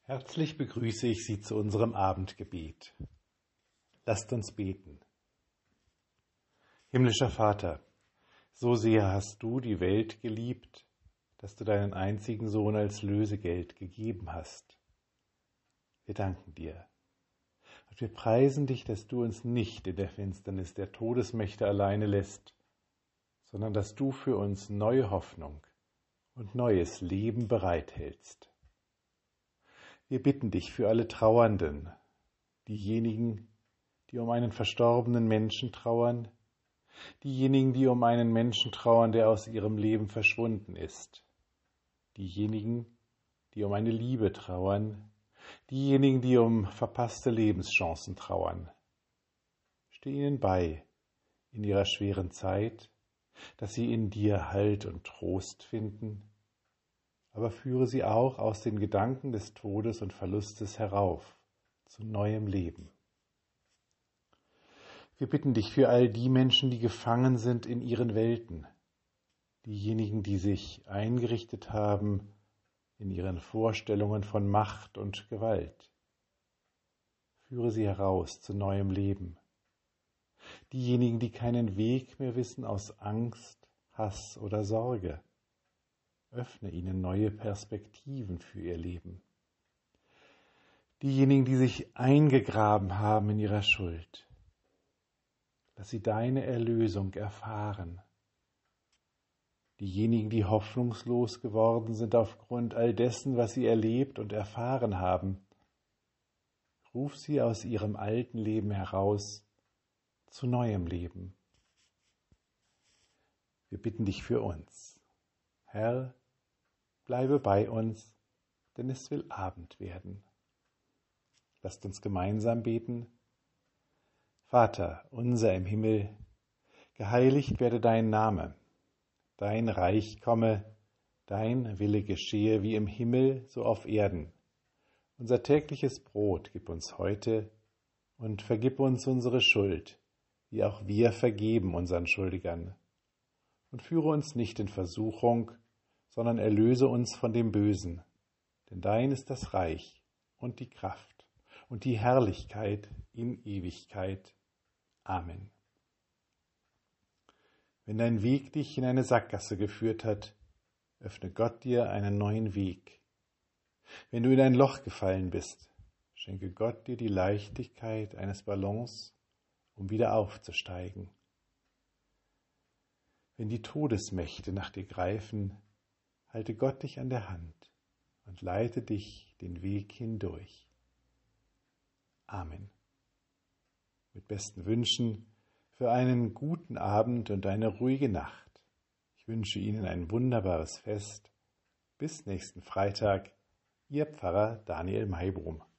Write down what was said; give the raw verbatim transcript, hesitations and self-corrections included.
Herzlich begrüße ich Sie zu unserem Abendgebet. Lasst uns beten. Himmlischer Vater, so sehr hast du die Welt geliebt, dass du deinen einzigen Sohn als Lösegeld gegeben hast. Wir danken dir. Und wir preisen dich, dass du uns nicht in der Finsternis der Todesmächte alleine lässt, sondern dass du für uns neue Hoffnung und neues Leben bereithältst. Wir bitten dich für alle Trauernden, diejenigen, die um einen verstorbenen Menschen trauern, diejenigen, die um einen Menschen trauern, der aus ihrem Leben verschwunden ist, diejenigen, die um eine Liebe trauern, diejenigen, die um verpasste Lebenschancen trauern. Steh ihnen bei in ihrer schweren Zeit, dass sie in dir Halt und Trost finden, aber führe sie auch aus den Gedanken des Todes und Verlustes herauf zu neuem Leben. Wir bitten dich für all die Menschen, die gefangen sind in ihren Welten, diejenigen, die sich eingerichtet haben in ihren Vorstellungen von Macht und Gewalt. Führe sie heraus zu neuem Leben. Diejenigen, die keinen Weg mehr wissen aus Angst, Hass oder Sorge. Öffne ihnen neue Perspektiven für ihr Leben. Diejenigen, die sich eingegraben haben in ihrer Schuld, lass sie deine Erlösung erfahren. Diejenigen, die hoffnungslos geworden sind aufgrund all dessen, was sie erlebt und erfahren haben, ruf sie aus ihrem alten Leben heraus zu neuem Leben. Wir bitten dich für uns. Herr, bleibe bei uns, denn es will Abend werden. Lasst uns gemeinsam beten. Vater, unser im Himmel, geheiligt werde dein Name. Dein Reich komme, dein Wille geschehe wie im Himmel, so auf Erden. Unser tägliches Brot gib uns heute und vergib uns unsere Schuld, wie auch wir vergeben unseren Schuldigern. Und führe uns nicht in Versuchung, sondern erlöse uns von dem Bösen. Denn dein ist das Reich und die Kraft und die Herrlichkeit in Ewigkeit. Amen. Wenn dein Weg dich in eine Sackgasse geführt hat, öffne Gott dir einen neuen Weg. Wenn du in ein Loch gefallen bist, schenke Gott dir die Leichtigkeit eines Ballons, um wieder aufzusteigen. Wenn die Todesmächte nach dir greifen, halte Gott dich an der Hand und leite dich den Weg hindurch. Amen. Mit besten Wünschen für einen guten Abend und eine ruhige Nacht. Ich wünsche Ihnen ein wunderbares Fest. Bis nächsten Freitag, Ihr Pfarrer Daniel Maybrum.